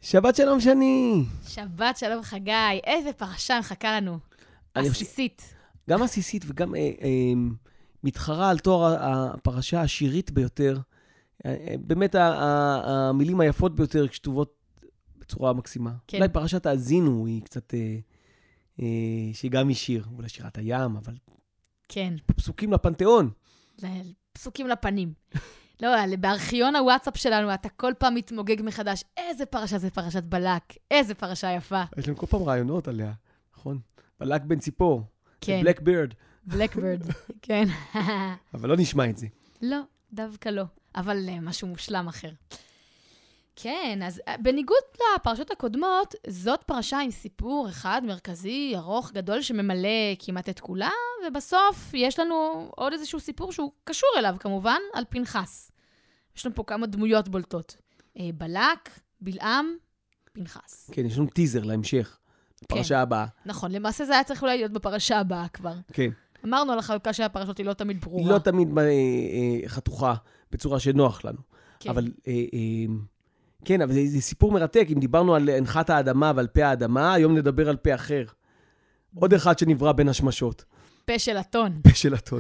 שבת שלום שני. שבת שלום חגי. איזה פרשה מחכה לנו. עסיסית. גם עסיסית וגם מתחרה על תואר הפרשה השירית ביותר. באמת המילים היפות ביותר כתובות בצורה מקסימה. כן. אולי פרשת האזינו היא קצת, שגם היא שיר, אולי שירת הים, אבל... כן. פסוקים לפנתיאון. פסוקים לפנים. לא, בארכיון הוואטסאפ שלנו, אתה כל פעם מתמוגג מחדש. איזה פרשה זה פרשת בלק. איזה פרשה יפה. יש לנו כל פעם רעיונות עליה, נכון? בלק בן ציפור. כן. בלק בירד. בלק בירד, כן. אבל לא נשמע את זה. לא, דווקא לא. אבל משהו מושלם אחר. כן, אז בניגוד לפרשות הקודמות, זאת פרשה עם סיפור אחד מרכזי, ארוך, גדול, שממלא כמעט את כולה, ובסוף יש לנו עוד איזשהו סיפור שהוא קשור אליו, כמובן, על פנחס. יש לנו פה כמה דמויות בולטות. בלק, בלעם, פנחס. כן, יש לנו טיזר להמשך, לפרשה הבאה. נכון, למעשה זה היה צריך אולי להיות בפרשה הבאה כבר. כן. אמרנו על החלוקה של הפרשות, היא לא תמיד ברורה. היא לא תמיד חתוכה בצורה שנוח לנו. כן. אבל... כן, אבל זה סיפור מרתק. אם דיברנו על הנחת האדמה ועל פה האדמה, היום נדבר על פה אחר. עוד אחד שנברא בין השמשות. פה של אתון. פה של אתון.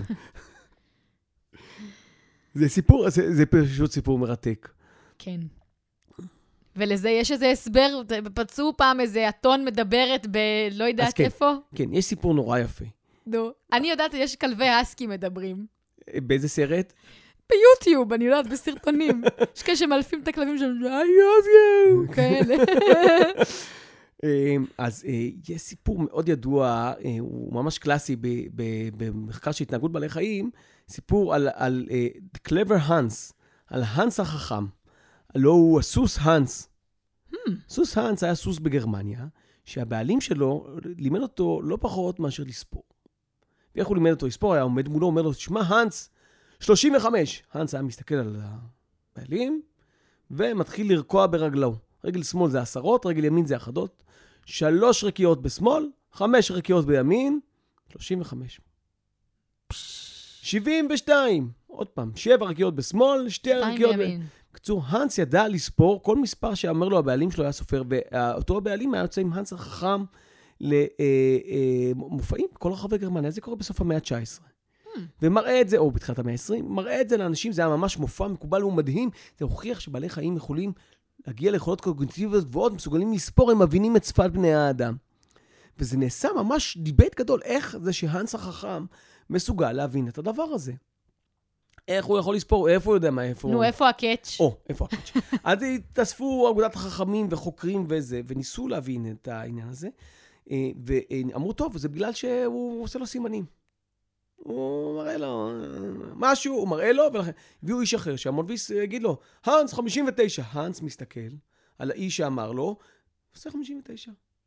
זה פשוט סיפור מרתק. כן. ולזה יש איזה הסבר, פצעו פעם איזה אתון מדברת לא יודעת כן. איפה. כן, יש סיפור נורא יפה. נו, אני יודעת, יש כלבי הסקי מדברים. באיזה סרט? ביוטיוב, אני יודעת, בסרטונים. יש כאלה שמלפים את הכלבים שלנו, I love you, כאלה. אז יש סיפור מאוד ידוע, הוא ממש קלאסי במחקר של התנהגות בעלי חיים, סיפור על clever Hans, על הנס החכם. הלא הוא הסוס הנס. סוס הנס היה סוס בגרמניה, שהבעלים שלו לימד אותו לא פחות מאשר לספור. ואיך הוא לימד אותו לספור? היה עומד מולו, אומר לו, תשמע, הנס, 35. הנס היה מסתכל על הבעלים, ומתחיל לרקוע ברגלו. רגל שמאל זה 10, רגל ימין זה 1. 3 רקיעות בשמאל, 5 רקיעות בימין, 35. 72. עוד פעם, 7 רקיעות בשמאל, 2 רקיעות בימין. בקצור, הנס ידע לספור, כל מספר שאמר לו הבעלים שלו היה סופר, ואותו הבעלים היה יוצא עם הנס החכם למופעים בכל רחבי גרמניה. זה קורה בסוף המאה ה-19. ומראה את זה, או בתחילת המאה ה-20, מראה את זה לאנשים, זה היה ממש מופע מקובל ומדהים, זה הוכיח שבעלי חיים יכולים להגיע ליכולות קוגניטיביות ועוד מסוגלים לספור, הם מבינים את שפת בני האדם. וזה נעשה ממש דיבייט גדול, איך זה שהנס החכם מסוגל להבין את הדבר הזה. איך הוא יכול לספור, איפה הוא יודע מה, איפה... נו, איפה הקאץ'? איפה הקאץ'? אז התאספו אגודת החכמים וחוקרים וזה, וניסו להבין את העניין הזה, ואמרו, טוב, זה בגלל שהוא עושה לו סימנים. הוא מראה לו משהו, הוא מראה לו, והביאו איש אחר, שהמודביס יגיד לו, הנס 59. הנס מסתכל על האיש שאמר לו, עושה 59.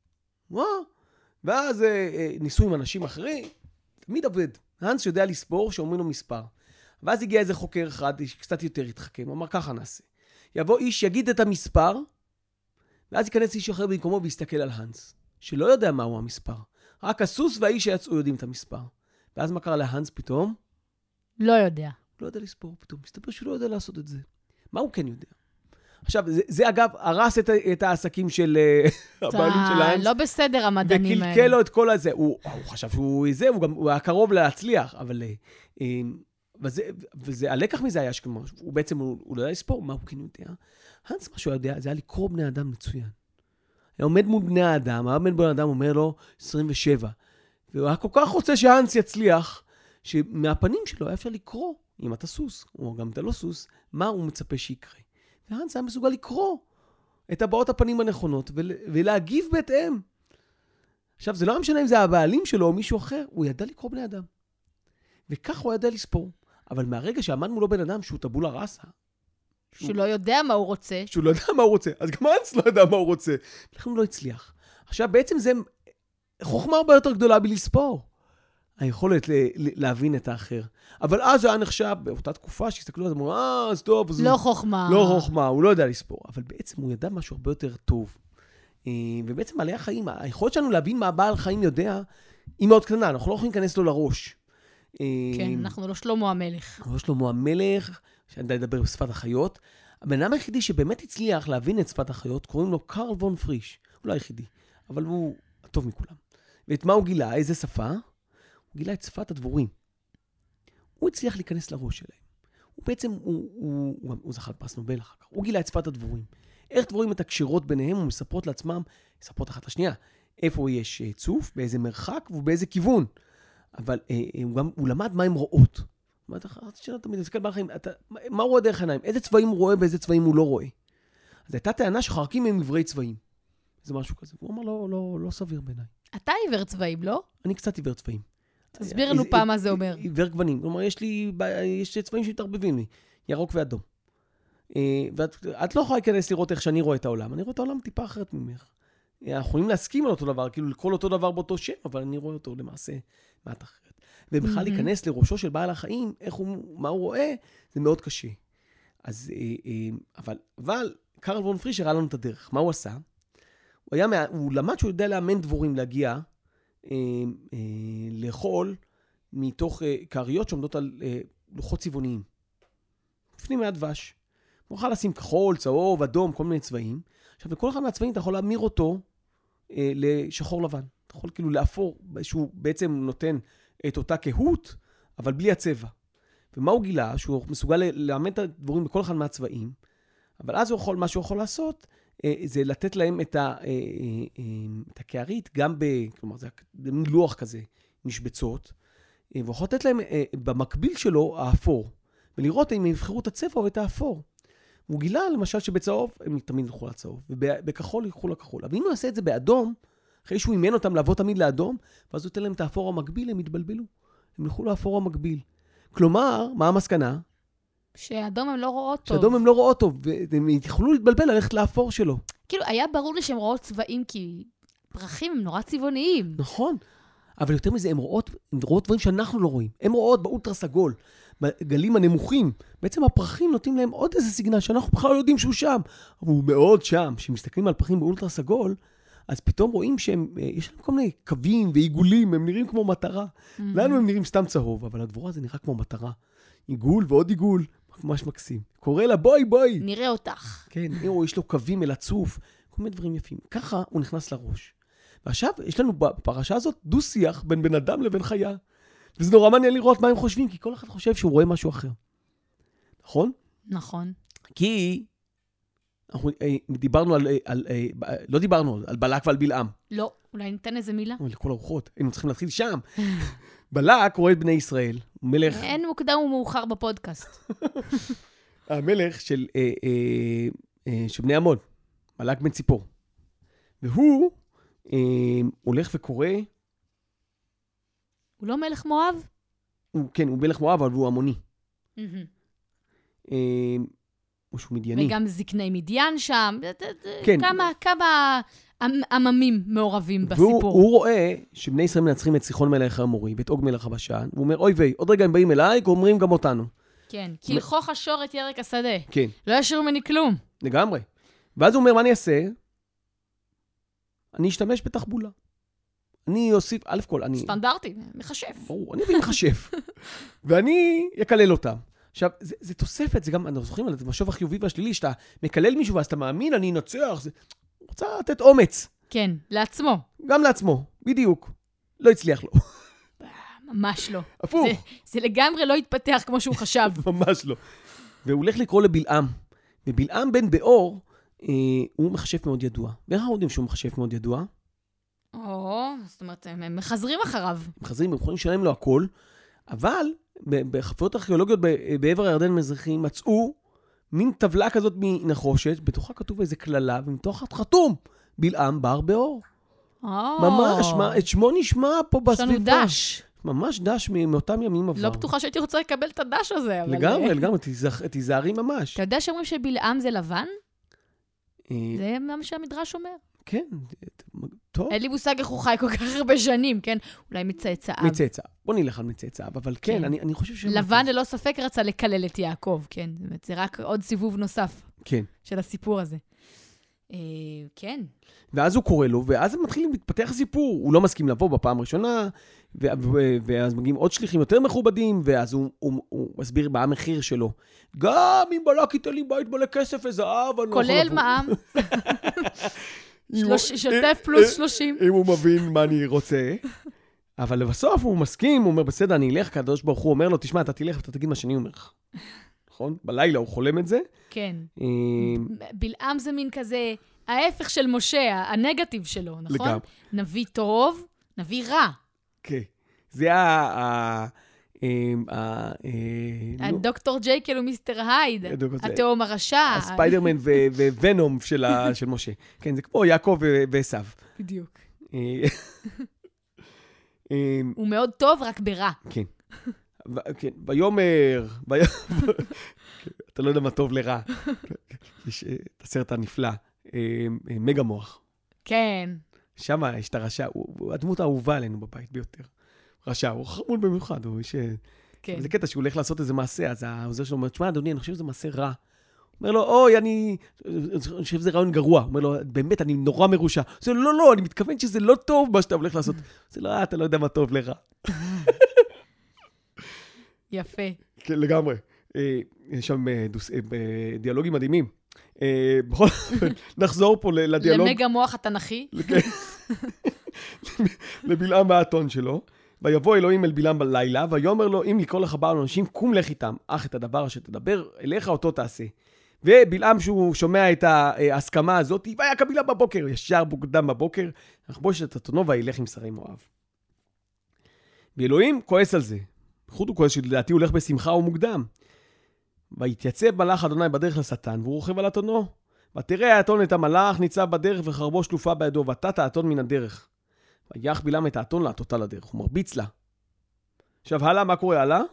ואז ניסו עם אנשים אחרים, תמיד עובד. הנס יודע לספור, שאומרים לו מספר. ואז הגיע איזה חוקר אחד, שקצת יותר התחכם, אמר, ככה נעשה. יבוא איש, יגיד את המספר, ואז ייכנס איש אחר במקומו ויסתכל על הנס, שלא יודע מהו המספר. רק הסוס והאיש שיצאו יודעים את המספר. ואז מה קרה להנס פתאום? לא יודע. לא יודע לספור פתאום. מסתבר שהוא לא יודע לעשות את זה. מה הוא כן יודע? עכשיו, זה אגב, הרס את העסקים של הבעלים של הנס. לא בסדר המדענים האלה. וקלקל לו את כל הזה. הוא חשב שהוא זה, הוא היה קרוב להצליח, אבל... וזה, הלקח מזה היה שכמו, הוא בעצם, הוא לא יודע לספור, מה הוא כן יודע? הנס, מה שהוא יודע, זה היה לקרוא בני אדם מצוין. היה עומד מול בני האדם, היה עומד בני האדם, אומר לו, 27. והוא היה כל כך רוצה שהנס יצליח, שמהפנים שלו היה אפשר לקרוא, אם אתה סוס, או גם אתה לא סוס, מה הוא מצפה שיקרה. והנס היה מסוגל לקרוא את הבעות הפנים הנכונות, ולהגיב בהתאם. עכשיו, זה לא משנה אם זה הבעלים שלו או מישהו אחר, הוא ידע לקרוא בני אדם. וכך הוא ידע לספור. אבל מהרגע שעמד מולו בן אדם, שהוא טבולה ראסה, שהוא לא יודע מה הוא רוצה. שהוא לא יודע מה הוא רוצה. אז גם הנס לא יודע מה הוא רוצה. לכן הוא לא הצליח. עכשיו, בעצם זה חוכמה הרבה יותר גדולה בלספור. היכולת להבין את האחר. אבל אז הוא היה נחשב, באותה תקופה שהסתכלו על זה, אמרו, אז טוב. לא חוכמה. לא חוכמה, הוא לא יודע לספור. אבל בעצם הוא ידע משהו הרבה יותר טוב. ובעצם בעלי החיים, היכולת שלנו להבין מה בעל חיים יודע, היא מאוד קטנה, אנחנו לא יכולים להיכנס לו לראש. כן, אנחנו לא שלמה המלך. לא שלמה המלך, שאני יודע לדבר בשפת החיות, הבן אדם היחידי שבאמת הצליח להבין את שפת החיות, קוראים לו קרל וון פריש. הוא לא היחידי, אבל הוא הטוב מכולם. ואת מה הוא גילה? איזה שפה? הוא גילה את שפת הדבורים. הוא הצליח להיכנס לראש שלהם. הוא בעצם, הוא זכה לפרס נובל אחר כך. הוא גילה את שפת הדבורים. איך דבורים מתקשרות ביניהם ומספרות לעצמם, מספרות אחת לשנייה, איפה יש צוף, באיזה מרחק ובאיזה כיוון. אבל הוא למד מה הן רואות. תמיד מסתכל בערכים, מה הוא רואה דרך העיניים? איזה צבעים הוא רואה ואיזה צבעים הוא לא רואה? אז הייתה טענה שחרקים הם עברי צבעים. זה משהו כזה. הוא אמר, לא סביר בעיניי. אתה עיוור צבעים, לא? אני קצת עיוור צבעים. תסביר לנו פעם מה זה אומר. עיוור גוונים. כלומר, יש צבעים שמתערבבים לי. ירוק ואדום. ואת לא יכולה להיכנס לראות איך שאני רואה את העולם. אני רואה את העולם טיפה אחרת ממך. אנחנו יכולים להסכים על אותו דבר, כאילו לכל אותו דבר באותו שם, אבל אני רואה אותו למעשה מעט אחרת. ובכלל להיכנס לראשו של בעל החיים, מה הוא רואה, זה מאוד קשה. אז, אבל קרל וון פריש הראה לנו את הדרך. מה הוא עשה? הוא למד שהוא יודע לאמן דבורים להגיע לאכול מתוך קעריות שעומדות על לוחות צבעוניים. לפנים מהדבש. הוא יכול לשים כחול, צהוב, אדום, כל מיני צבעים. עכשיו, בכל אחד מהצבעים אתה יכול להמיר אותו לשחור לבן. אתה יכול כאילו לאפור, שהוא בעצם נותן את אותה כהות, אבל בלי הצבע. ומה הוא גילה? שהוא מסוגל לאמן את הדבורים בכל אחד מהצבעים, אבל אז מה שהוא יכול לעשות, זה לתת להם את הקערית, גם כלומר, זה לוח כזה, משבצות, והוא יכול לתת להם במקביל שלו האפור, ולראות אם הם יבחרו את הצבע או את האפור. הוא גילה למשל שבצהוב הם תמיד ילכו לצהוב, ובכחול ילכו לכחול. אבל אם הוא יעשה את זה באדום, אחרי שהוא אימן אותם לעבוד תמיד לאדום, ואז הוא ייתן להם את האפור המקביל, הם יתבלבלו. הם ילכו לאפור המקביל. כלומר, מה המסקנה? שאדום הם לא רואות טוב. שאדום הם לא רואות טוב, והם יכולו להתבלבל ללכת לאפור שלו. כאילו, היה ברור לי שהם רואות צבעים, כי פרחים הם נורא צבעוניים. נכון. אבל יותר מזה, הם רואות דברים שאנחנו לא רואים. הם רואות באולטרה סגול, בגלים הנמוכים. בעצם הפרחים נותנים להם עוד איזה סיגנל שאנחנו בכלל לא יודעים שהוא שם. אבל הוא מאוד שם. כשמסתכלים על פרחים באולטרה סגול, אז פתאום רואים שיש להם כל מיני קווים ועיגולים, הם נראים כמו מטרה. לנו הם נראים סתם צהוב, אבל הדבורה זה נראה כמו מטרה. עיגול ועוד עיגול, ממש מקסים. קורא לה בואי. נראה אותך. כן, יש לו קווים אל הצוף, כל מיני דברים יפים. ככה הוא נכנס לראש. ועכשיו יש לנו בפרשה הזאת דו-שיח בין בן אדם לבין חיה. וזה נורא מעניין לראות מה הם חושבים, כי כל אחד חושב שהוא רואה משהו אחר. נכון? נכון. כי אנחנו דיברנו לא דיברנו על בלק ועל בלעם. לא, אולי ניתן איזה מילה. לכל הרוחות, היינו צריכים להתחיל שם. בלק רואה את בני ישראל, מלך... אין מוקדם ומאוחר בפודקאסט. המלך של בני עמון, בלק בן ציפור. והוא הולך וקורא... הוא לא מלך מואב? כן, הוא מלך מואב, אבל הוא עמוני. או שהוא מדייני. וגם זקני מדיין שם. כן. כמה עממים מעורבים בסיפור. והוא רואה שבני ישראל מנצחים את סיחון מלך האמורי ואת אוג מלך הבשן, והוא אומר, אוי ויי, עוד רגע הם באים אליי, גומרים גם אותנו. כן, כלכו חשור את ירק השדה. כן. לא ישאיר ממני כלום. לגמרי. ואז הוא אומר, מה אני אעשה? אני אשתמש בתחבולה. אני אוסיף, א' כל, אני... סטנדרטי, מחשף. ברור, אני אביא מחשף. ואני אקלל אותם. עכשיו, זה תוספת, זה גם, אנחנו זוכרים על המשוב החיובי והשלילי, שאתה מקלל מישהו ואז אתה מאמין, אני אנצח, זה... רוצה לתת אומץ. כן, לעצמו. גם לעצמו, בדיוק. לא הצליח לו. ממש לא. הפוך. זה לגמרי לא התפתח כמו שהוא חשב. ממש לא. והוא הולך לקרוא לבלעם. ובלעם בן באור, הוא מחשף מאוד ידוע. ואיך אנחנו יודעים שהוא מחשף מאוד ידוע? זאת אומרת, הם מחזרים אחריו. הם יכולים לשלם לו הכל, אבל בחפירות ארכיאולוגיות בעבר הירדן המזרחי מצאו מין טבלה כזאת מנחושת, בתוכה כתוב איזה כללה, ומתוכה חתום, בלעם בר באור. ממש, את שמו נשמע פה בסביבה. יש לנו דש. ממש דש מאותם ימים עבר. לא בטוחה שהייתי רוצה לקבל את הדש הזה, אבל... לגמרי, תיזהרי ממש. אתה יודע שאומרים שבלעם זה לבן? זה מה שהמדרש אומר. כן, טוב. אין לי מושג איך הוא חי כל כך הרבה שנים, כן? אולי מצאצאיו. מצאצאיו. בוא נלך על מצאצאיו, אבל כן, אני חושב ש... לבן ללא ספק רצה לקלל את יעקב, כן? זאת אומרת, זה רק עוד סיבוב נוסף. כן. של הסיפור הזה. כן. ואז הוא קורא לו, ואז מתחיל להתפתח סיפור. הוא לא מסכים לבוא בפעם הראשונה, ואז מגיעים עוד שליחים יותר מכובדים, ואז הוא מסביר מה המחיר שלו. גם אם בלק ייתן לי בית מלא כסף וזהב, אני לא יכול לבוא. כולל מע"מ. שוטף פלוס 30. אם הוא מבין מה אני רוצה. אבל לבסוף הוא מסכים, הוא אומר, בסדר, אני אלך, הקדוש ברוך הוא אומר לו, תשמע, אתה תלך ואתה תגיד מה שאני אומר לך. נכון? בלילה הוא חולם את זה. כן. בלעם זה מין כזה, ההפך של משה, הנגטיב שלו, נכון? לגמרי. נביא טוב, נביא רע. כן. זה הדוקטור ג'ייקל ומיסטר הייד, התאום הרשע. הספיידרמן וונום של משה. כן, זה כמו יעקב ועשיו. בדיוק. הוא מאוד טוב, רק ברע. כן. כן, ויאמר, אתה לא יודע מה טוב לרע. יש את הסרט הנפלא, מגה מוח. כן. שם יש את הרשע, הוא הדמות האהובה עלינו בבית ביותר. רשע, הוא חמוד במיוחד, הוא איש... כן. זה קטע שהוא הולך לעשות איזה מעשה, אז העוזר שלו אומר, תשמע, אדוני, אני חושב שזה מעשה רע. הוא אומר לו, אוי, אני חושב שזה רעיון גרוע. הוא אומר לו, באמת, אני נורא מרושע. הוא אומר לו, לא, אני מתכוון שזה לא טוב מה שאתה הולך לעשות. זה לא, אתה לא יודע מה טוב לרע. יפה. כן, לגמרי. יש שם דיאלוגים מדהימים. בכל זאת, נחזור פה לדיאלוג. למגה מוח התנ"כי. לבלעם האתון שלו. ויבוא אלוהים אל בלעם בלילה, ויאמר לו, אם לקרוא לך בעל אנשים, קום לך איתם. אך את הדבר שתדבר אליך אותו תעשה. ובלעם שהוא שומע את ההסכמה הזאת, ויקע בלעם בבוקר, ישר מוקדם בבוקר, יכבוש את אתונו וילך עם שרי מואב. ואלוהים כועס על זה. בייחוד הוא כועס שלדעתי הוא הולך בשמחה ומוקדם. ויתייצב מלאך אדוני בדרך לשטן, והוא רוכב על אתונו. ותראה האתון את המלאך ניצב בדרך וחרבו שלופה בידו, ותת האתון מן הדרך. ויח בלעם את האתון להטותה לדרך, הוא מרביץ לה. עכשיו הלאה, מה קורה הלאה?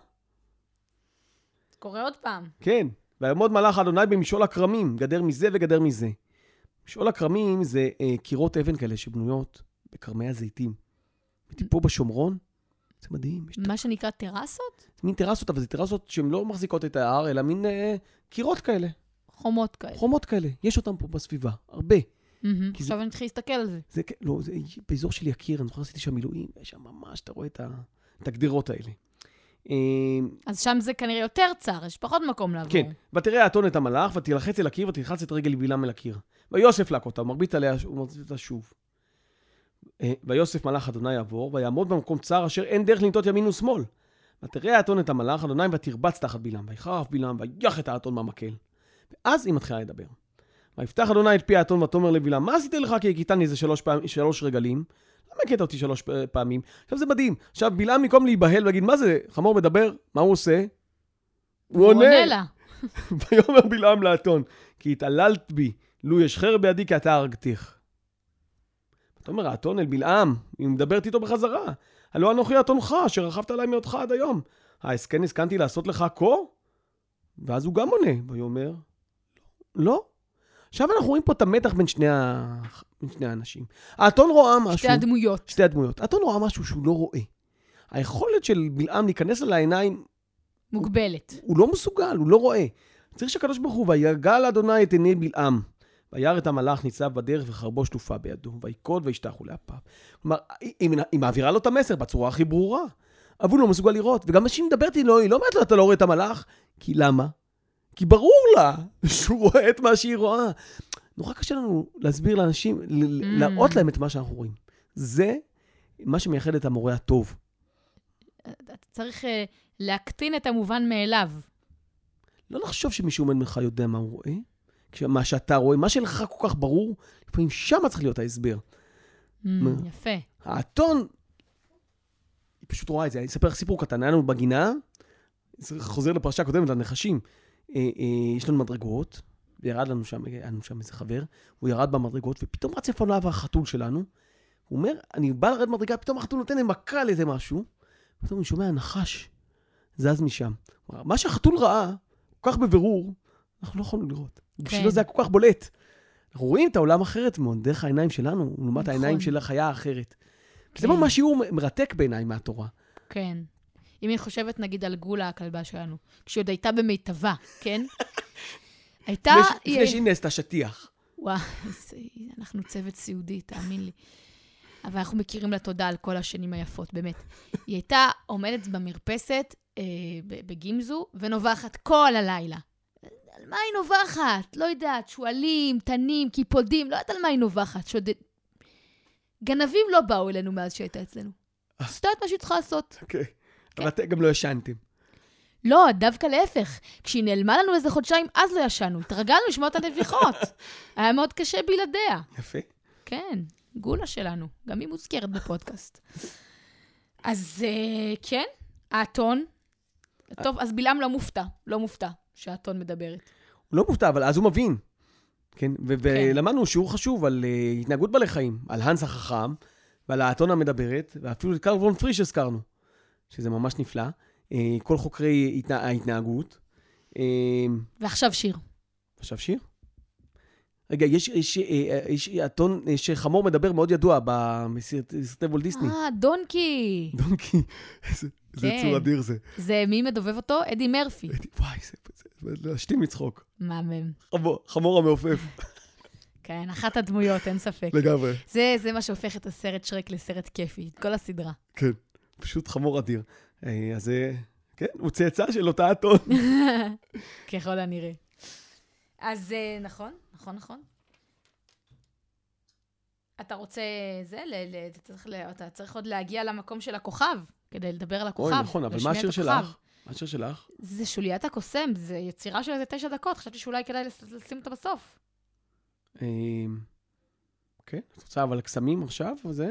קורה עוד פעם. כן, ויעמוד מלאך אדוני במשעול הכרמים, גדר מזה וגדר מזה. משעול הכרמים זה קירות אבן כאלה שבנויות בקרמי הזיתים. וטיפו בשומרון, זה מדהים. מה שנקרא טרסות? זה מין טרסות, אבל זה טרסות שהן לא מחזיקות את ההר, אלא מין קירות כאלה. חומות כאלה. חומות כאלה, יש אותם פה בסביבה, הרבה. עכשיו אני צריכה להסתכל על זה. לא, זה באזור של יקיר, אני זוכר עשיתי שם מילואים, יש שם ממש, אתה רואה את הגדרות האלה. אז שם זה כנראה יותר צר, יש פחות מקום לעבור. כן, ותראה האתון את המלאך, ותלחץ אל הקיר, ותלחץ את רגל בלעם אל הקיר. ויוסף לק אותה, מרביט עליה, הוא מרביט אותה שוב. ויוסף מלאך אדוני יעבור, ויעמוד במקום צר, אשר אין דרך לנטות ימין ושמאל. ותראה האתון את המלאך אדוני, ותרבץ תחת בלעם, ויחרף בלעם, ויח את האתון מהמקל. ואז היא מתחילה לדבר. ויפתח אדוני את פי האתון, ותאמר לבלעם, מה עשיתי לך כי הכיתני איזה 3 רגלים? למה הכית אותי 3 פעמים? עכשיו זה מדהים. עכשיו בלעם במקום להיבהל ולהגיד, מה זה? חמור מדבר, מה הוא עושה? הוא עונה לה. ויאמר בלעם לאתון, כי התעללת בי, לו יש חרב בידי כי אתה הרגתיך. אתה אומר, האתון אל בלעם, היא מדברת איתו בחזרה. הלא אנוכי אתונך, אשר רכבת עליי מאותך עד היום. כן, הסכנתי לעשות לך כה? ואז הוא גם עונה, ויאמר, לא. עכשיו אנחנו רואים פה את המתח בין שני האנשים. האתון רואה משהו... שתי הדמויות. האתון רואה משהו שהוא לא רואה. היכולת של בלעם להיכנס על העיניים... מוגבלת. הוא לא מסוגל, הוא לא רואה. צריך שקדוש ברוך הוא, ויגל אדוני את עיני בלעם. וירא את המלאך ניצב בדרך וחרבו שלופה בידו. ויקוד וישתחו לאפיו. כלומר, היא מעבירה לו את המסר בצורה הכי ברורה. אבל הוא לא מסוגל לראות. וגם כשהיא מדברת איתו, היא לא אומרת לו, אתה לא רואה את המלאך? כי למה? כי ברור לה שהוא רואה את מה שהיא רואה. נורא קשה לנו להסביר לאנשים, להראות להם את מה שאנחנו רואים. זה מה שמייחד את המורה הטוב. אתה צריך להקטין את המובן מאליו. לא לחשוב שמישהו עומד ממך יודע מה הוא רואה, מה שאתה רואה, מה שלך כל כך ברור, לפעמים שם צריך להיות ההסבר. יפה. האתון, היא פשוט רואה את זה. אני אספר לך סיפור קטן, היה לנו בגינה, חוזר לפרשה הקודמת, לנחשים. יש לנו מדרגות, וירד לנו שם, היה לנו שם איזה חבר, הוא ירד במדרגות, ופתאום רץ לפניו החתול שלנו, הוא אומר, אני בא לרד מדרגה, פתאום החתול נותן לי מכה לאיזה משהו, פתאום אני שומע נחש, זז משם. מה שהחתול ראה, כל כך בבירור, אנחנו לא יכולנו לראות. בשבילו זה היה כל כך בולט. אנחנו רואים את העולם אחרת מאוד, דרך העיניים שלנו, לעומת העיניים של החיה האחרת. זה ממש שיעור מרתק בעיניים מהתורה. כן. אם אני חושבת, נגיד, על גולה, הכלבה שלנו, כשעוד הייתה במיטבה, כן? הייתה... לפני שהיא נעשתה שטיח. וואו, אנחנו צוות סיעודי, תאמין לי. אבל אנחנו מכירים לה תודה על כל השנים היפות, באמת. היא הייתה עומדת במרפסת בגימזו, ונובחת כל הלילה. על מה היא נובחת? לא יודעת, שואלים, תנים, קיפודים, לא יודעת על מה היא נובחת. גנבים לא באו אלינו מאז שהייתה אצלנו. עשתה את מה שהיא צריכה לעשות. אוקיי. אבל אתם גם לא ישנתם. לא, דווקא להפך. כשהיא נעלמה לנו איזה חודשיים, אז לא ישנו. התרגלנו לשמוע את הנביחות. היה מאוד קשה בלעדיה. יפה. כן, גולה שלנו. גם היא מוזכרת בפודקאסט. אז כן, האתון. טוב, אז בלעם לא מופתע שהאתון מדברת. הוא לא מופתע, אבל אז הוא מבין. כן, ולמדנו שיעור חשוב על התנהגות בעלי חיים, על הנס החכם, ועל האתון המדברת, ואפילו את קרל וון פריש הזכרנו, שזה ממש נפלא. כל חוקרי ההתנהגות. ועכשיו שיר. עכשיו שיר? רגע, יש חמור מדבר מאוד ידוע בסרטי וולט דיסני. דונקי. דונקי. זה צור אדיר זה. זה מי מדובב אותו? אדי מרפי. וואי, זה להשתים מצחוק. מהמם. חמור המעופף. כן, אחת הדמויות, אין ספק. לגמרי. זה מה שהופך את הסרט שרק לסרט כיפי, כל הסדרה. כן, פשוט חמור אדיר. אז כן, הוא צאצא של אותה אתון. ככל הנראה. אז נכון. אתה רוצה אתה צריך עוד להגיע למקום של הכוכב, כדי לדבר על הכוכב. אוי, נכון, אבל מה השיר שלך? מה השיר שלך? זה שוליית הקוסם, זה יצירה של איזה 9 דקות, חשבתי שאולי כדאי לשים אותה בסוף. כן, את רוצה אבל קסמים עכשיו, וזה?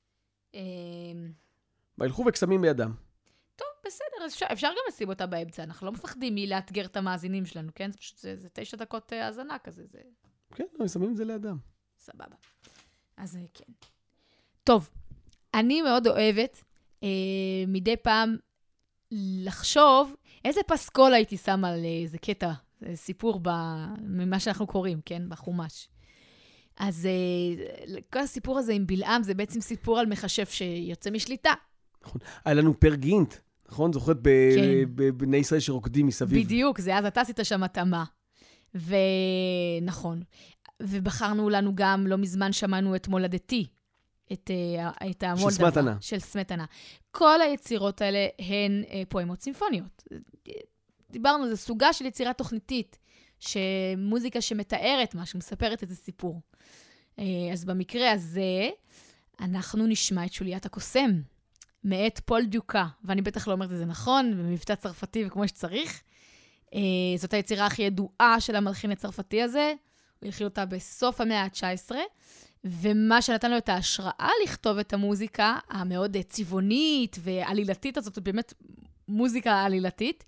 והלכו וקסמים בידם. טוב, בסדר, אפשר גם לשים אותה באמצע, אנחנו לא מפחדים מלאתגר את המאזינים שלנו, כן? זה 9 דקות האזנה כזה, זה... כן, לא, שמים את זה לידם. סבבה. אז כן. טוב, אני מאוד אוהבת מדי פעם לחשוב איזה פסקול הייתי שמה על איזה קטע, סיפור ממה שאנחנו קוראים, כן? בחומש. אז כל הסיפור הזה עם בלעם זה בעצם סיפור על מחשב שיוצא משליטה. נכון. היה לנו פר גינט, נכון? זוכרת בבני ישראל שרוקדים מסביב. בדיוק, זה אז אתה עשית שם התאמה. ונכון. ובחרנו לנו גם, לא מזמן שמענו את מולדתי, את המולדבה. של סמטנה. כל היצירות האלה הן פואמות סימפוניות. דיברנו, זו סוגה של יצירה תוכניתית, שמוזיקה שמתארת משהו, מספרת איזה סיפור. אז במקרה הזה, אנחנו נשמע את שוליית הקוסם, מאת פול דיוקה, ואני בטח לא אומרת את זה נכון, במבטא צרפתי וכמו שצריך. זאת היצירה הכי ידועה של המלחין הצרפתי הזה, הוא הכיל אותה בסוף המאה ה-19, ומה שנתן לו את ההשראה לכתוב את המוזיקה המאוד צבעונית ועלילתית הזאת, באמת מוזיקה עלילתית,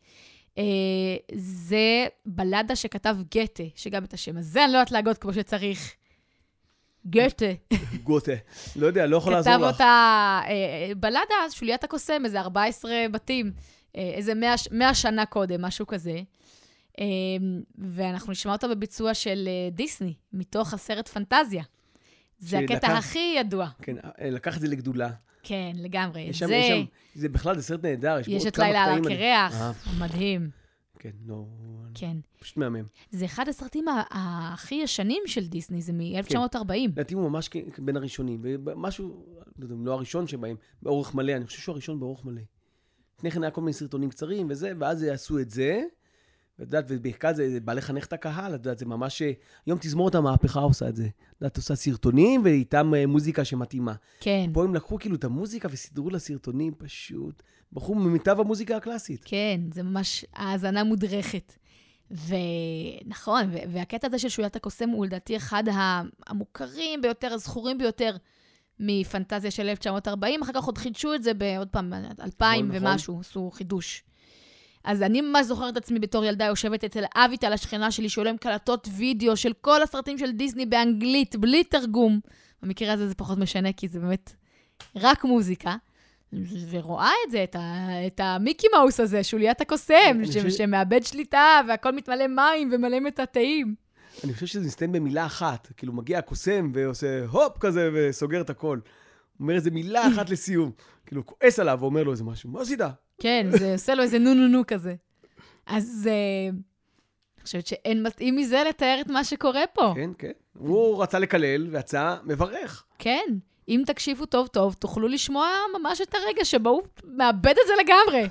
זה בלדה שכתב גתה, שגם את השם הזה אני לא יודעת להגות כמו שצריך. גתה. גוטה. לא יודע, לא יכול לעזור לך. כתב אותה בלדה, שוליית הקוסם, איזה 14 בתים, איזה 100 שנה קודם, משהו כזה. ואנחנו נשמע אותה בביצוע של דיסני, מתוך הסרט פנטזיה. זה הקטע הכי ידוע. כן, לקח את זה לגדולה. כן, לגמרי. זה בכלל, זה סרט נהדר. יש את לילה על הקרח, מדהים. כן, לא... כן. פשוט מהמם. זה אחד הסרטים הכי ישנים של דיסני, זה מ-1940. לדעתי הוא ממש בין הראשונים, משהו, לא הראשון שבהם, באורך מלא, אני חושב שהוא הראשון באורך מלא. לפני כן היה כל מיני סרטונים קצרים וזה, ואז יעשו את זה, ובעיקר זה בא לחנך את הקהל, זה ממש, היום תזמורת המהפכה עושה את זה. עושה סרטונים ואיתם מוזיקה שמתאימה. כן. פה הם לקחו כאילו את המוזיקה וסידרו לסרטונים פשוט, בחרו ממיטב המוזיקה הקלאסית. כן, זה ממש האזנה מודרכת. ונכון, והקטע הזה של שוליית הקוסם הוא לדעתי אחד המוכרים ביותר, הזכורים ביותר מפנטזיה של 1940, אחר כך עוד חידשו את זה בעוד פעם, 2000 ומשהו, עשו חידוש. אז אני ממש זוכרת את עצמי בתור ילדה, יושבת אצל אביטל השכנה שלי, שעולה קלטות וידאו של כל הסרטים של דיסני באנגלית, בלי תרגום. במקרה הזה זה פחות משנה, כי זה באמת רק מוזיקה. ורואה את זה, את המיקי מאוס הזה, שוליית הקוסם, שמאבד שליטה, והכל מתמלא מים ומלא מטאטאים. אני חושב שזה מסתיים במילה אחת. כאילו מגיע הקוסם ועושה הופ כזה וסוגר את הכל. הוא אומר איזה מילה אחת לסיום. כאילו הוא כועס עליו ואומר לו איזה משהו. מה עשית? כן, זה עושה לו איזה נו כזה. אז חושבת שאין מתאים מזה לתאר את מה שקורה פה. כן, כן. הוא רצה לקלל, ויצא מברך. כן, אם תקשיבו טוב טוב, תוכלו לשמוע ממש את הרגע שבו הוא מאבד את זה לגמרי.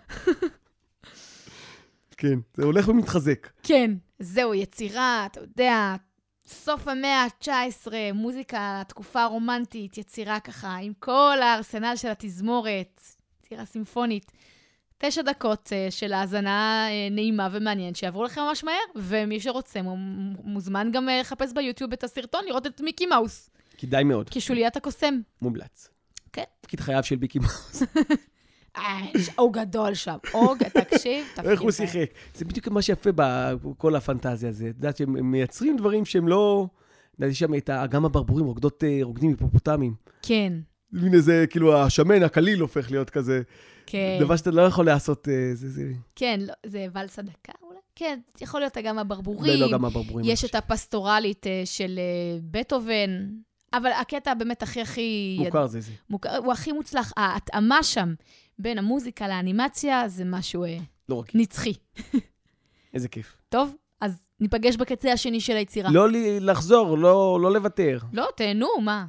כן, זה הולך ומתחזק. כן, זהו, יצירה, אתה יודע, סוף המאה ה-19, מוזיקה, תקופה רומנטית, יצירה ככה, עם כל הארסנל של התזמורת, יצירה סימפונית. 9 דקות של האזנה נעימה ומעניין, שיעברו לכם ממש מהר, ומי שרוצה מוזמן גם לחפש ביוטיוב את הסרטון, לראות את מיקי מאוס. כדאי מאוד. כשוליית הקוסם. מומלץ. כן. תפקיד חייו של מיקי מאוס. הוא גדול שם. תקשיב, תפקיד. איך הוא שיחק. זה בדיוק מה שיפה בכל הפנטזיה הזה. את יודעת שהם מייצרים דברים שהם לא... יש שם את האגם הברבורים, רוקדים היפופוטמים. כן. הנה זה, כאילו, השמן, הקליל הופך להיות כזה. כן. דבר שאתה לא יכול לעשות. כן, זה ולס הדקה אולי? כן, יכול להיות אגם הברבורים. לא, אגם הברבורים. יש את הפסטורלית של בטהובן. אבל הקטע באמת הכי... מוכר זה. הוא הכי מוצלח. ההתאמה שם בין המוזיקה לאנימציה זה משהו לא רק. נצחי. איזה כיף. טוב, אז ניפגש בקצה השני של היצירה. לא לחזור, לא לוותר. לא, תהנו, מה?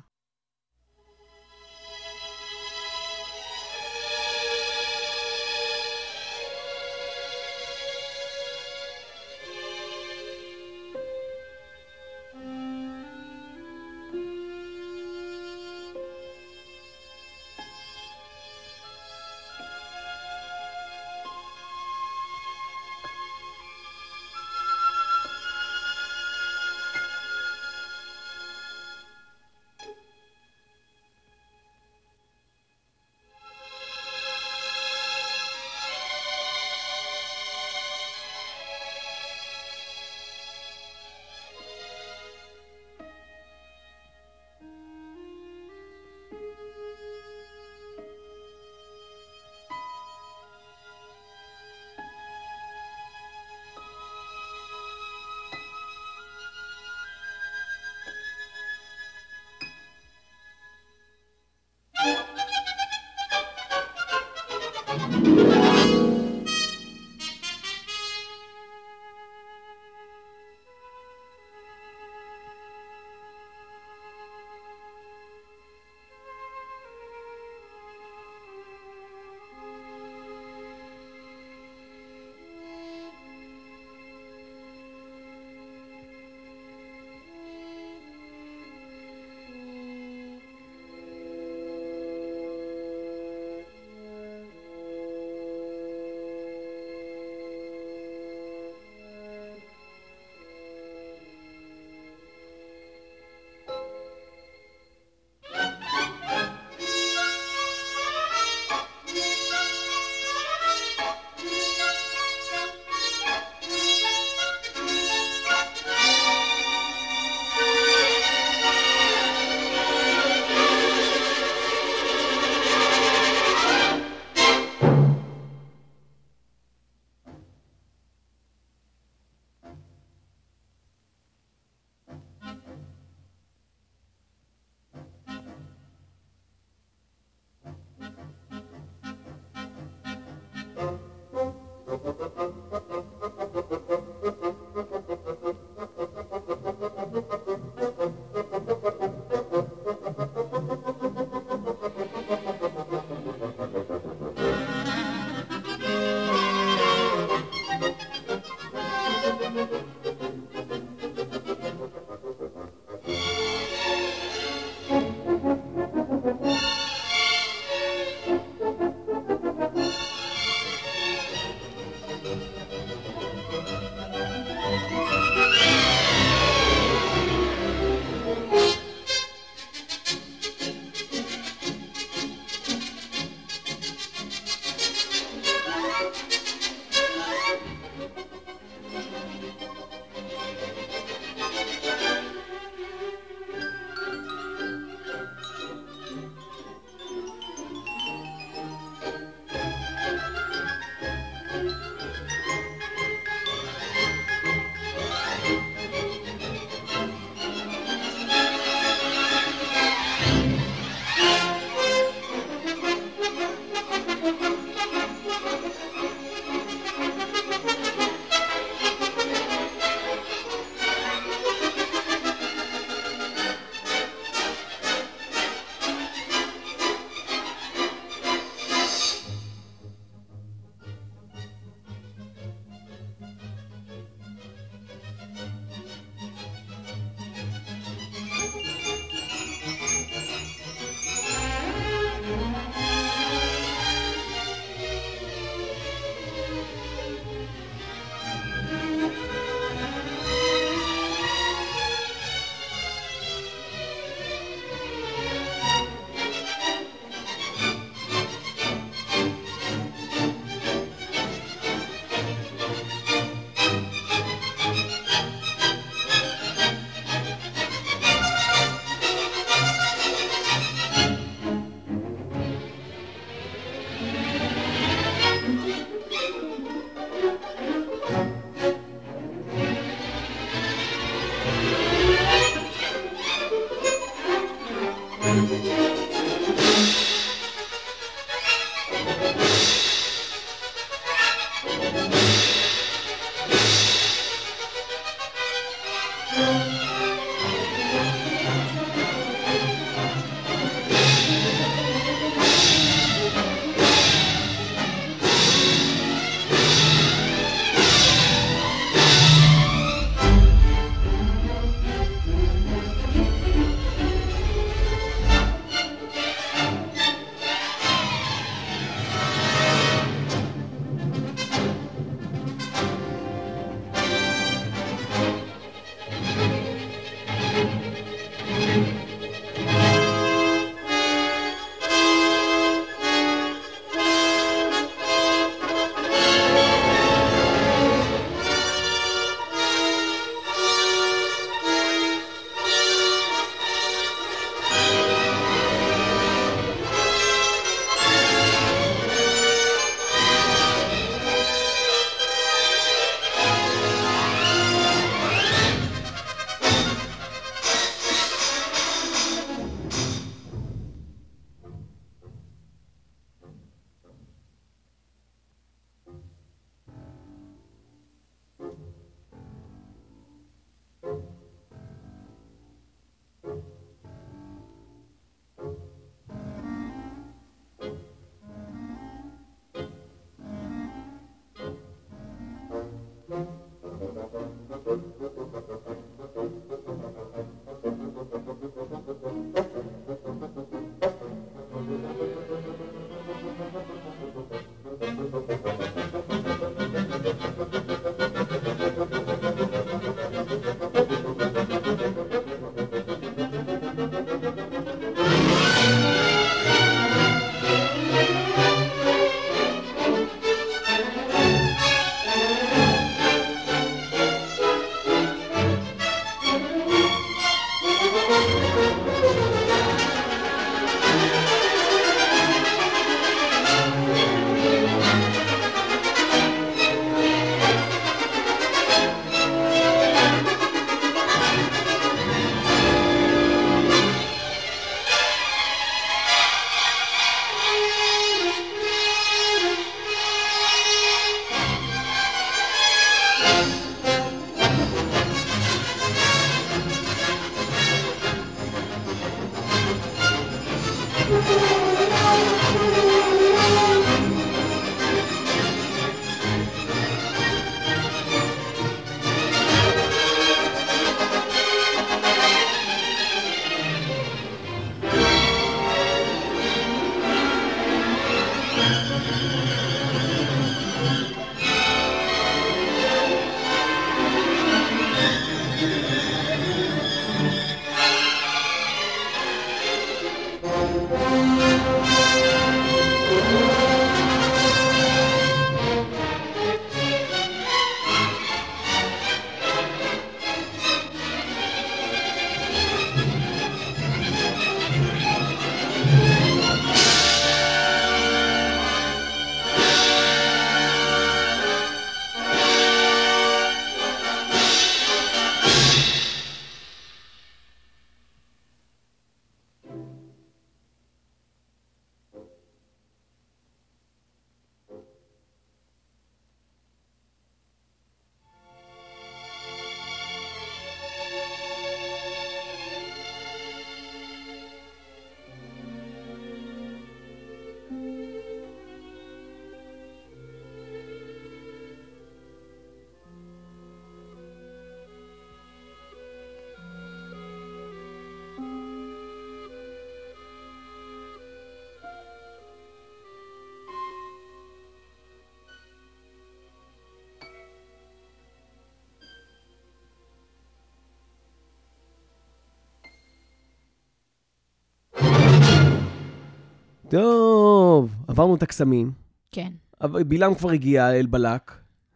טוב, עברנו את הקסמים. כן. בלעם כבר הגיע אל בלק.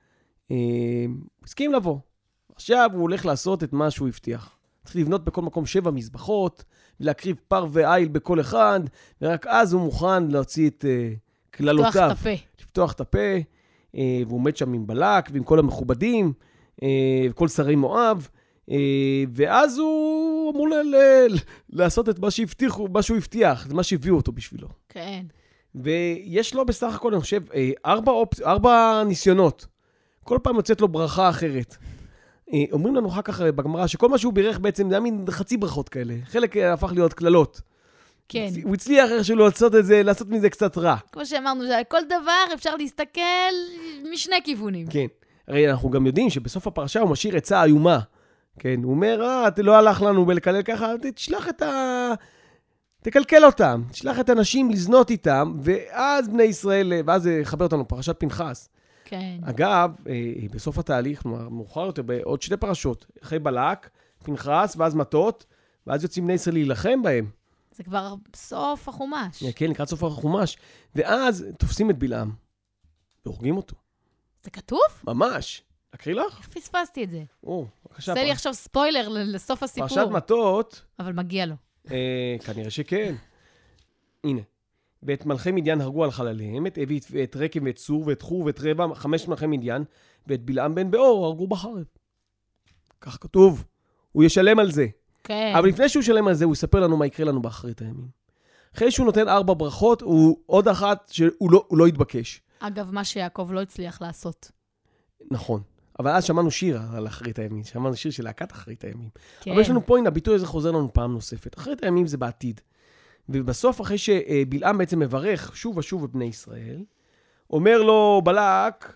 הסכים לבוא. עכשיו הוא הולך לעשות את מה שהוא הבטיח. צריך לבנות בכל מקום 7 מזבחות, ולהקריב פר ועיל בכל אחד, ורק אז הוא מוכן להוציא את כללותיו. לפתוח את הפה. והוא עומד שם עם בלק, ועם כל המכובדים, וכל שרי מואב, ואז הוא אמור לעשות את מה שהבטיחו, מה שהוא הבטיח, את מה שהביאו אותו בשבילו. כן. ויש לו בסך הכל, אני חושב, 4 ניסיונות. כל פעם יוצאת לו ברכה אחרת. אומרים לנו אחר כך בגמרא, שכל מה שהוא בירך בעצם, זה היה מין חצי ברכות כאלה. חלק הפך להיות כללות. כן. הוא הצליח איכשהו לעשות מזה קצת רע. כמו שאמרנו, כל דבר אפשר להסתכל משני כיוונים. כן. הרי אנחנו גם יודעים שבסוף הפרשה הוא משאיר עצה איומה. כן, הוא אומר, לא הלך לנו בלקלל ככה, תקלקל אותם, תשלח את האנשים לזנות איתם, ואז בני ישראל, ואז חבר אותנו פרשת פנחס. כן. אגב, בסוף התהליך, מאוחר יותר, בעוד 2 פרשות, אחרי בלק, פנחס, ואז מטות, ואז יוצאים בני ישראל להילחם בהם. זה כבר סוף החומש. כן, לקראת סוף החומש. ואז תופסים את בלעם, והורגים אותו. זה כתוב? ממש. אקריא לך? איך פספסתי את זה? בבקשה. עושה לי עכשיו ספוילר לסוף הסיפור. פרשת מטות. אבל מגיע לו. כנראה שכן. הנה. ואת מלכי מדיין הרגו על חלליהם, את אבי ואת רקם ואת צור ואת חור ואת רבע, 5 מלכי מדיין, ואת בלעם בן באור הרגו בחרב. כך כתוב. הוא ישלם על זה. כן. אבל לפני שהוא ישלם על זה, הוא יספר לנו מה יקרה לנו באחרית הימים. אחרי שהוא נותן 4 ברכות, הוא עוד אחת שהוא לא יתבקש. אגב, מה שיעקב לא הצליח לעשות. נכון. אבל אז שמענו שיר על אחרית הימים, שמענו שיר של להקת אחרית הימים. כן. אבל יש לנו פה, הנה, הביטוי הזה חוזר לנו פעם נוספת. אחרית הימים זה בעתיד. ובסוף, אחרי שבלעם בעצם מברך שוב ושוב את בני ישראל, אומר לו בלק,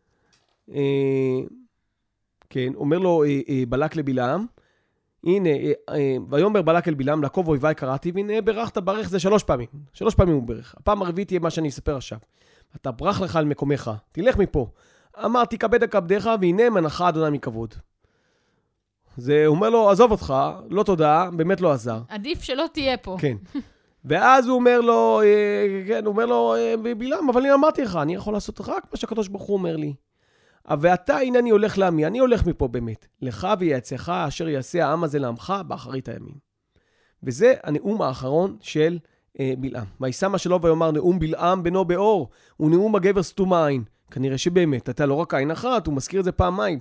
כן, אומר לו בלק לבלעם, הנה, ויאמר בלק אל בלעם, לעקוב אויבי קראתי, והנה ברכת ברך זה 3 פעמים. 3 פעמים הוא ברך. הפעם הרביעית תהיה מה שאני אספר עכשיו. אתה ברח לך על מקומך, תלך מפה. אמרתי, כבד הכבדך, והנה מנחה אדוני מכבוד. זה אומר לו, עזוב אותך, לא תודה, באמת לא עזר. עדיף שלא תהיה פה. כן. ואז הוא אומר לו, כן, הוא אומר לו, בלעם, אבל אני אמרתי לך, אני יכול לעשות רק מה שהקדוש ברוך הוא אומר לי. ואתה, הנה אני הולך לעמי, אני הולך מפה באמת. לך ויעצך אשר יעשה העם הזה לעמך באחרית הימים. וזה הנאום האחרון של בלעם. וישמע שלו ויאמר נאום בלעם בנו באור, הוא נאום הגבר סתום העין. כנראה שבאמת, אתה לא רק עין אחת, הוא מזכיר את זה פעמיים.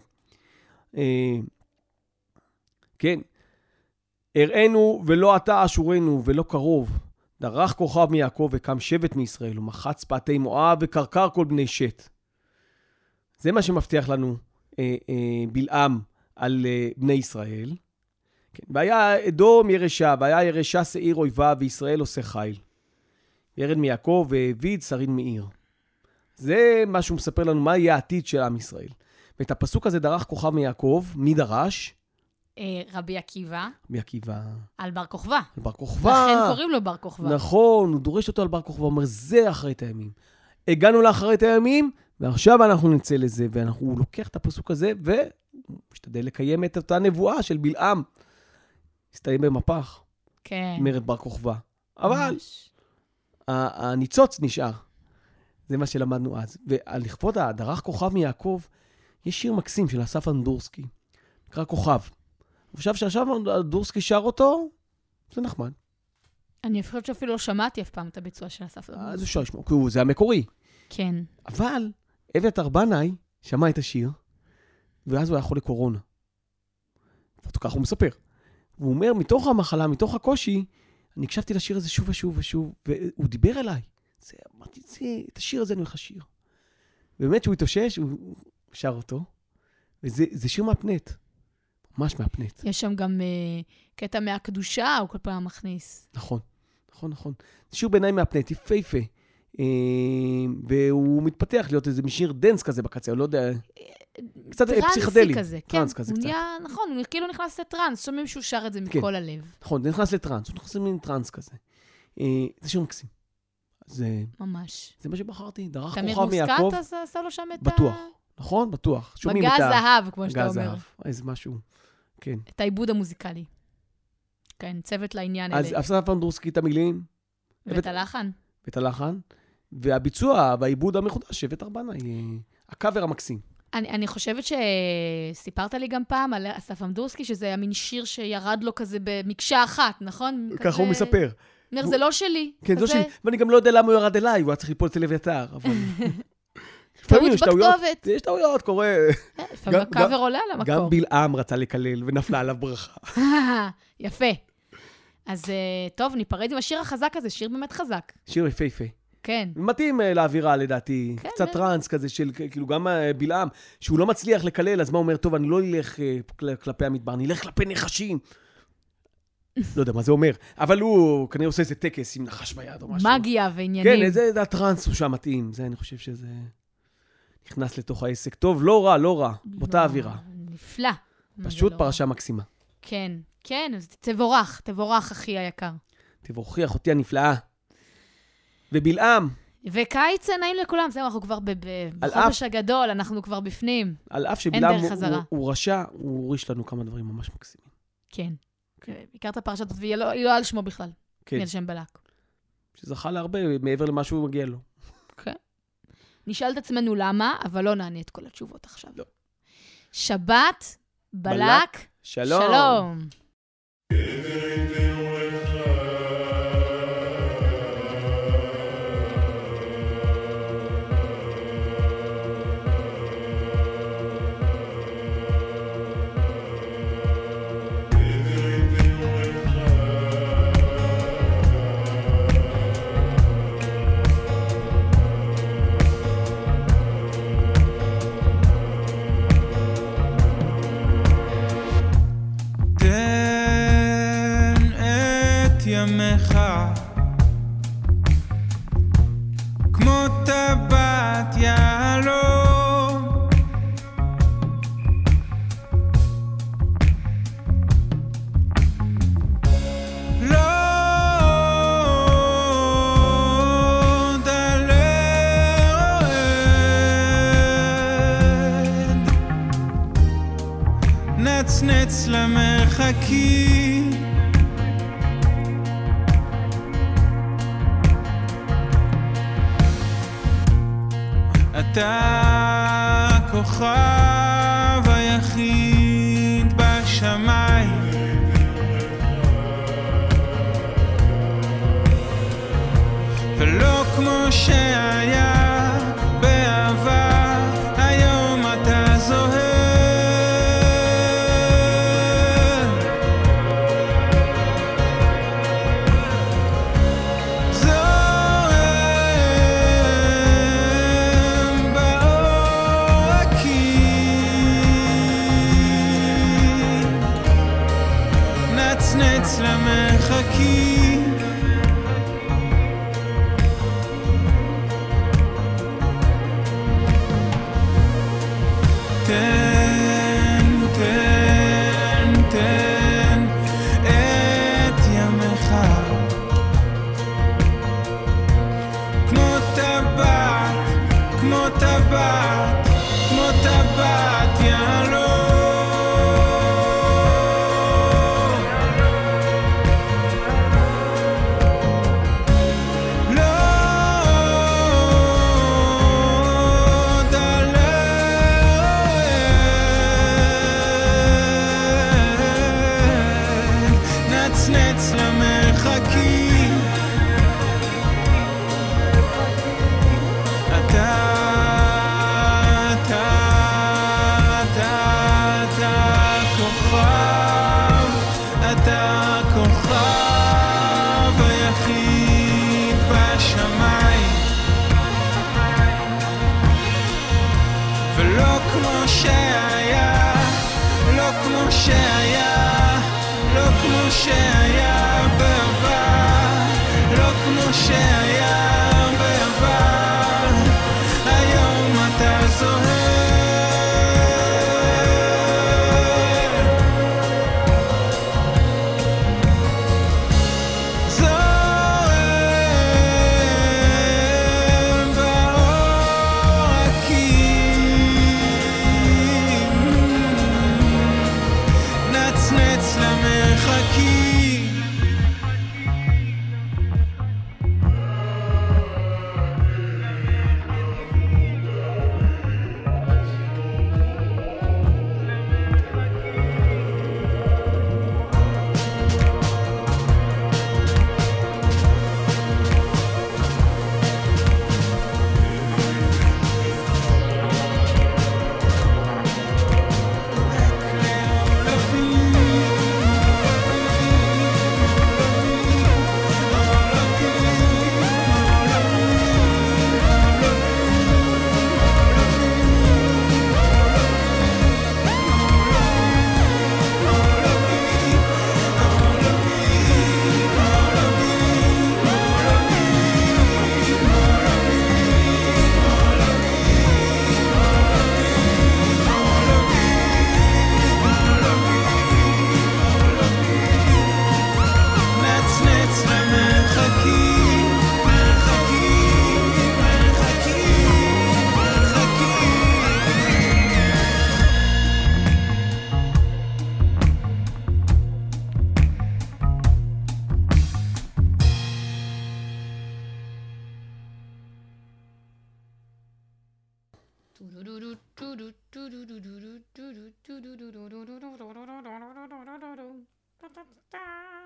כן. הראינו ולא אתה אשורנו ולא קרוב. דרך כוכב מיעקב וקם שבט מישראל, ומחץ פעתי מואב וקרקר כל בני שת. זה מה שמבטיח לנו בלעם על בני ישראל. כן. והיה אדום ירשה, והיה ירשה שעיר אויבה, וישראל עושה חיל. ירד מיעקב והביד שריד מעיר. זה מה שהוא מספר לנו, מה יהיה העתיד של עם ישראל. ואת הפסוק הזה דרך כוכב מיעקב, מי דרש? רבי עקיבא. רבי עקיבא. על בר כוכבא. על בר כוכבא. לכן קוראים לו בר כוכבא. נכון, הוא דורש אותו על בר כוכבא, הוא אומר, זה אחרית הימים. הגענו לאחרית הימים, ועכשיו אנחנו נצא לזה, והוא לוקח את הפסוק הזה, ומשתדל לקיים את אותה נבואה של בלעם. הסתיים במפח. כן. מרד בר כוכבא. אבל הניצוץ נשאר. זה מה שלמדנו אז. ועל לכבוד דרך כוכב מיעקב, יש שיר מקסים של אסף אנדורסקי. נקרא כוכב. עכשיו אנדורסקי שר אותו, זה נחמד. אני חושבת שאפילו לא שמעתי אף פעם את הביצוע של אסף אנדורסקי. אז אפשר לשמוע, כי זה המקורי. כן. אבל אביתר בנאי שמע את השיר, ואז הוא היה חולה קורונה. כך הוא מספר. והוא אומר, מתוך המחלה, מתוך הקושי, אני הקשבתי לשיר הזה שוב ושוב ושוב, והוא דיבר אליי. אמרתי, את השיר הזה אני הולך לשיר. ובאמת שהוא התאושש, הוא שר אותו, וזה שיר מהפנט. ממש מהפנט. יש שם גם קטע מהקדושה, הוא כל פעם מכניס. נכון, נכון, נכון. זה שיר בעיניי מהפנט, יפהפה. והוא מתפתח להיות איזה משיר דנס כזה בקצה, הוא לא יודע, קצת פסיכדלי. כזה, טרנס כן. כזה הוא קצת. נהיה, נכון, הוא כאילו נכנס לטרנס, שומעים שהוא שר את זה מכל הלב. נכון, זה נכנס לטרנס, הוא נכנס למין טרנס כזה. זה שיר מקסים. ממש. זה מה שבחרתי, דרך כוכב מיעקב. תמיר מיעקב. מוסקת עשה לו שם את בטוח, נכון? בטוח. מגע זהב, כמו שאתה אומר. איזה משהו, כן. את העיבוד המוזיקלי. כן, צוות לעניין אז אסף אנדורסקי את המילים. ואת הלחן. ואת הלחן, והביצוע והעיבוד המחודש, שבט ארבנה, הקאבר המקסים. אני חושבת שסיפרת לי גם פעם על אסף אמדורסקי, שזה היה מין שיר שירד לו כזה במקשה אחת, נכון? ככה הוא מספר. אומר, זה לא שלי. כן, זה לא שלי, ואני גם לא יודע למה הוא ירד אליי, הוא היה צריך ליפול אצל אביתר, אבל... טעות בכתובת. יש טעויות, קורה... לפעמים הקאבר עולה על המקום. גם בלעם רצה לקלל ונפלה עליו ברכה. יפה. אז טוב, ניפרד עם השיר החזק הזה, שיר באמת חזק. שיר יפה. כן. מתאים לאווירה לדעתי, קצת טרנס כזה של, כאילו גם בלעם, שהוא לא מצליח לקלל, אז מה הוא אומר, טוב, אני לא אלך כלפי המדבר, אני אלך כלפי נחשים. לא יודע מה זה אומר, אבל הוא כנראה עושה איזה טקס עם נחש ביד או משהו. מגיה ועניינים. כן, זה הטרנס הוא שם מתאים, זה אני חושב שזה נכנס לתוך העסק. טוב, לא רע, באותה אווירה. נפלא. פשוט פרשה מקסימה. כן, אז תבורך אחי היקר. תבורכי אחותי הנפלאה. ובלעם. וקיץ נעים לכולם, זהו, אנחנו כבר בחופש הגדול, אנחנו כבר בפנים. על אף שבלעם הוא רשע, הוא הוריש לנו כמה דברים ממש מקסימים. כן. הכרת פרשת הזאת, והיא לא על שמו בכלל. כן. היא על שם בלק. שזכה להרבה מעבר למה שהוא מגיע לו. כן. נשאל את עצמנו למה, אבל לא נענה את כל התשובות עכשיו. לא. שבת, בלק, שלום. ימיך כמו טבעת יהלום לא דלה רועד נצנץ למרחקים אתה כוכב היחיד בשמיים ולא כמו שהיה בעבר היום אתה זוהר נצנץ למרחקים תן את ימיך כמו טבעת יהלום נצנץ למרחקים אתה כוכב היחיד בשמיים ולא כמו שהיה לא כמו שהיה בעבר לא כמו שהיה בעבר היום אתה זוהר נצנץ למרחקים טו